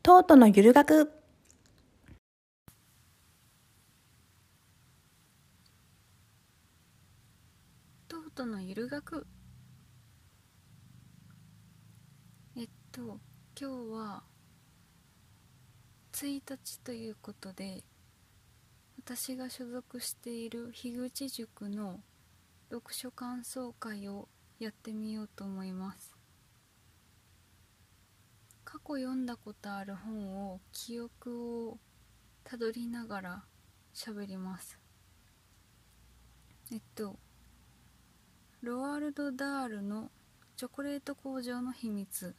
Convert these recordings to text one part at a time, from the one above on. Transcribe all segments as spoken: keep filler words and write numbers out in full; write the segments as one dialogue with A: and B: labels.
A: トートのゆる学。
B: トートのゆる学。えっと今日はついたちということで、私が所属している樋口塾の読書感想会をやってみようと思います。過去読んだことある本を記憶をたどりながら喋ります。えっとロワルド・ダールのチョコレート工場の秘密。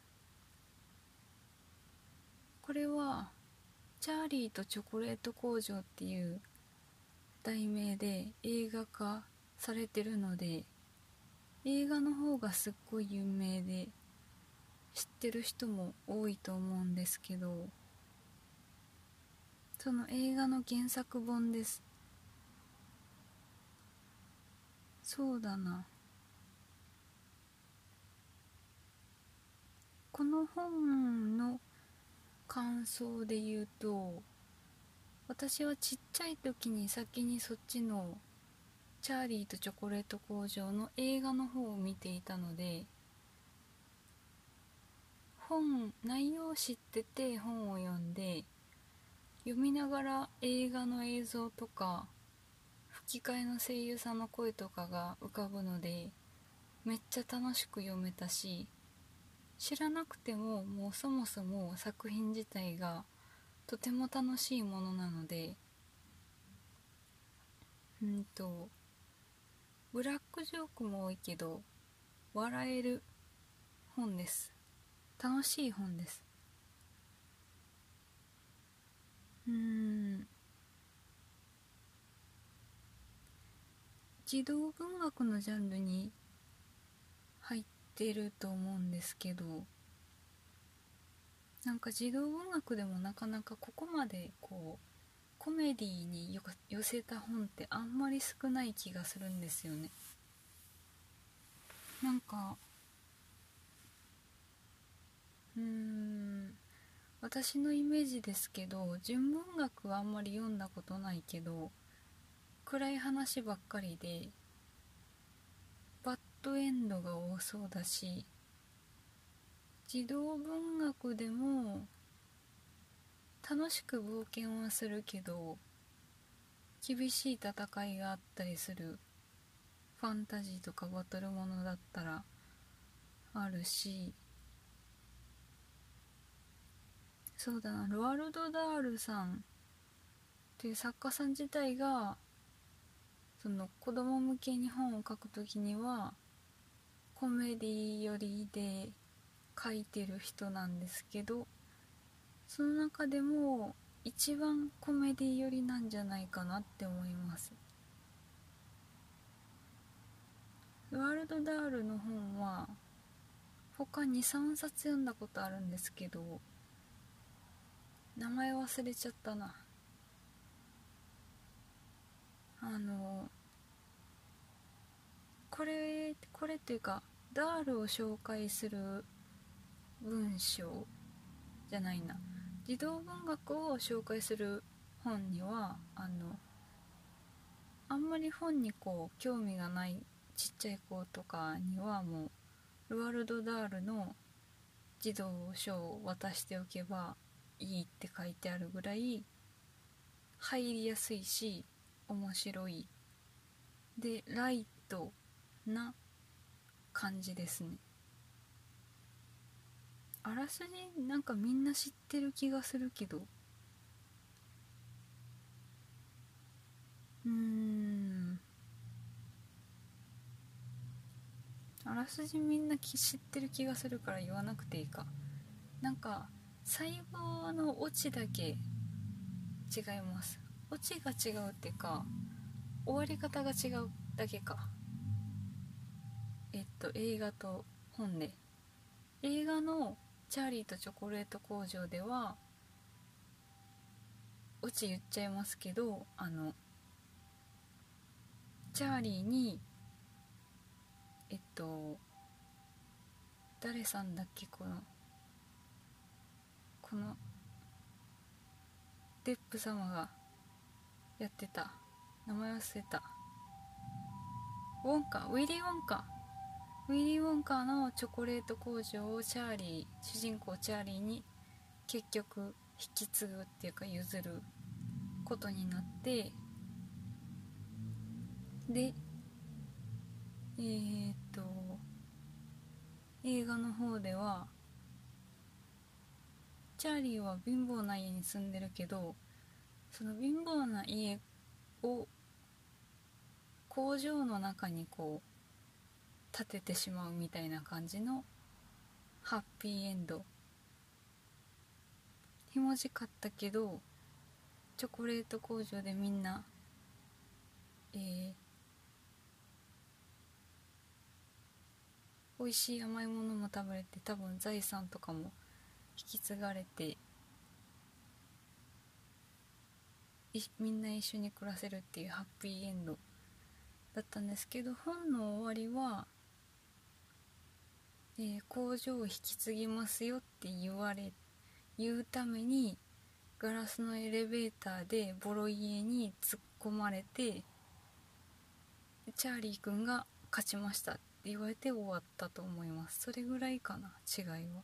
B: これはチャーリーとチョコレート工場っていう題名で映画化されてるので、映画の方がすっごい有名で知ってる人も多いと思うんですけど、その映画の原作本です。そうだな、この本の感想で言うと、私はちっちゃい時に先にそっちのチャーリーとチョコレート工場の映画の方を見ていたので、本内容を知ってて本を読んで、読みながら映画の映像とか吹き替えの声優さんの声とかが浮かぶので、めっちゃ楽しく読めたし、知らなくてももうそもそも作品自体がとても楽しいものなので、うんとブラックジョークも多いけど笑える本です。楽しい本です。うーん児童文学のジャンルに入ってると思うんですけど、なんか児童文学でもなかなかここまでこうコメディに寄せた本ってあんまり少ない気がするんですよね。なんかうーん私のイメージですけど、純文学はあんまり読んだことないけど暗い話ばっかりでバッドエンドが多そうだし、児童文学でも楽しく冒険はするけど厳しい戦いがあったりするファンタジーとかバトルものだったらあるし、そうだな、ロワルド・ダールさんっていう作家さん自体がその子供向けに本を書くときにはコメディ寄りで書いてる人なんですけど、その中でも一番コメディ寄りなんじゃないかなって思います。ロワルド・ダールの本は他にさんさつ読んだことあるんですけど、名前忘れちゃったな。あのこれこれっていうかダールを紹介する文章じゃないな、児童文学を紹介する本にはあのあんまり本にこう興味がないちっちゃい子とかにはもうロワルド・ダールの児童書を渡しておけばいいって書いてあるぐらい入りやすいし面白いでライトな感じですね。あらすじなんかみんな知ってる気がするけど、うーんあらすじみんな知ってる気がするから言わなくていいか。なんか最後のオチだけ違います。オチが違うっていうか終わり方が違うだけか。えっと映画と本で、映画のチャーリーとチョコレート工場ではオチ言っちゃいますけど、あのチャーリーにえっと誰さんだっけ、このこのデップ様がやってた、名前忘れた、ウォンカ、ウィリー・ウォンカウィリー・ウォンカーのチョコレート工場をチャーリー主人公チャーリーに結局引き継ぐっていうか譲ることになって、でえー、っと映画の方ではチャーリーは貧乏な家に住んでるけど、その貧乏な家を工場の中にこう建ててしまうみたいな感じのハッピーエンド。ひもじかったけどチョコレート工場でみんな、えー、美味しい甘いものも食べれて、多分財産とかも引き継がれてみんな一緒に暮らせるっていうハッピーエンドだったんですけど、本の終わりは、えー、工場を引き継ぎますよって言われ言うためにガラスのエレベーターでボロ家に突っ込まれて、チャーリー君が勝ちましたって言われて終わったと思います。それぐらいかな、違いは。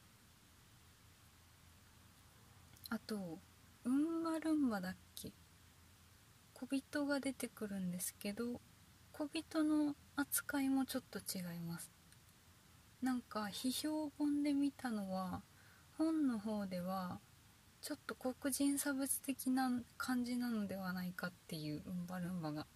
B: あとウンバルンバだっけ、小人が出てくるんですけど、小人の扱いもちょっと違います。なんか批評本で見たのは、本の方ではちょっと黒人差別的な感じなのではないかっていう、ウンバルンバが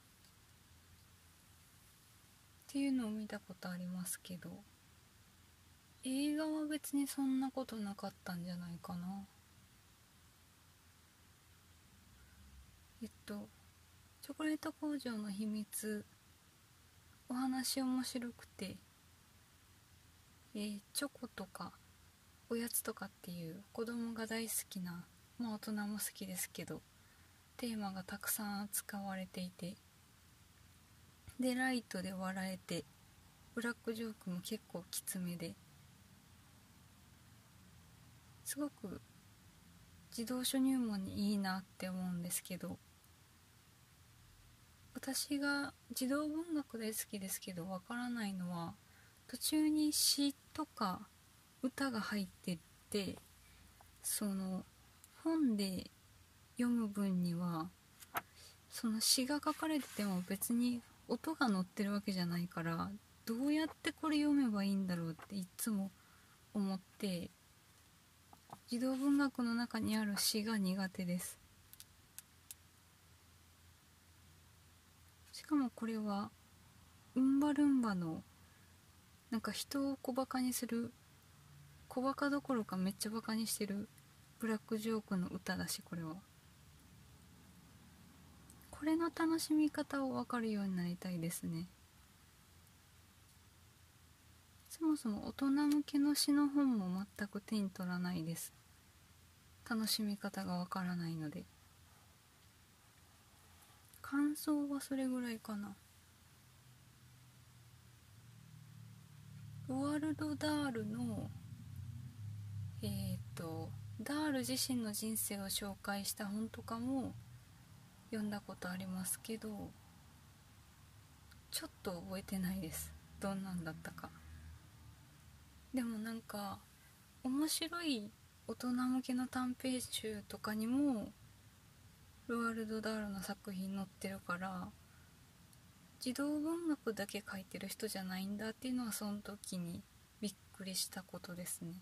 B: っていうのを見たことありますけど、映画は別にそんなことなかったんじゃないかな。えっとチョコレート工場の秘密、お話面白くて、えー、チョコとかおやつとかっていう子供が大好きな、まあ大人も好きですけどテーマがたくさん扱われていて、でライトで笑えて、ブラックジョークも結構きつめで、すごく児童書入門にいいなって思うんですけど、私が児童文学大好きですけどわからないのは、途中に詩とか歌が入ってて、その本で読む分にはその詩が書かれてても別に音が載ってるわけじゃないから、どうやってこれ読めばいいんだろうっていつも思って、児童文学の中にある詩が苦手です。しかもこれはウンバルンバのなんか人を小バカにする、小バカどころかめっちゃバカにしてるブラックジョークの歌だし、これはこれの楽しみ方を分かるようになりたいですね。そもそも大人向けの詩の本も全く手に取らないです。楽しみ方がわからないので。感想はそれぐらいかな。ロワルド・ダールのえー、っとダール自身の人生を紹介した本とかも読んだことありますけど、ちょっと覚えてないです、どんなんだったか。でもなんか面白い大人向けの短編集とかにもロワルド・ダールの作品載ってるから、児童文学だけ書いてる人じゃないんだっていうのはその時にびっくりしたことですね。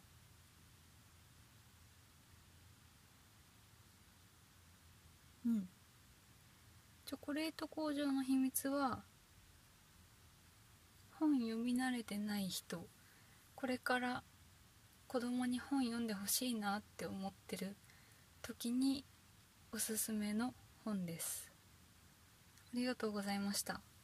B: うん。チョコレート工場の秘密は、本読み慣れてない人、これから子供に本読んでほしいなって思ってる時におすすめの本です。ありがとうございました。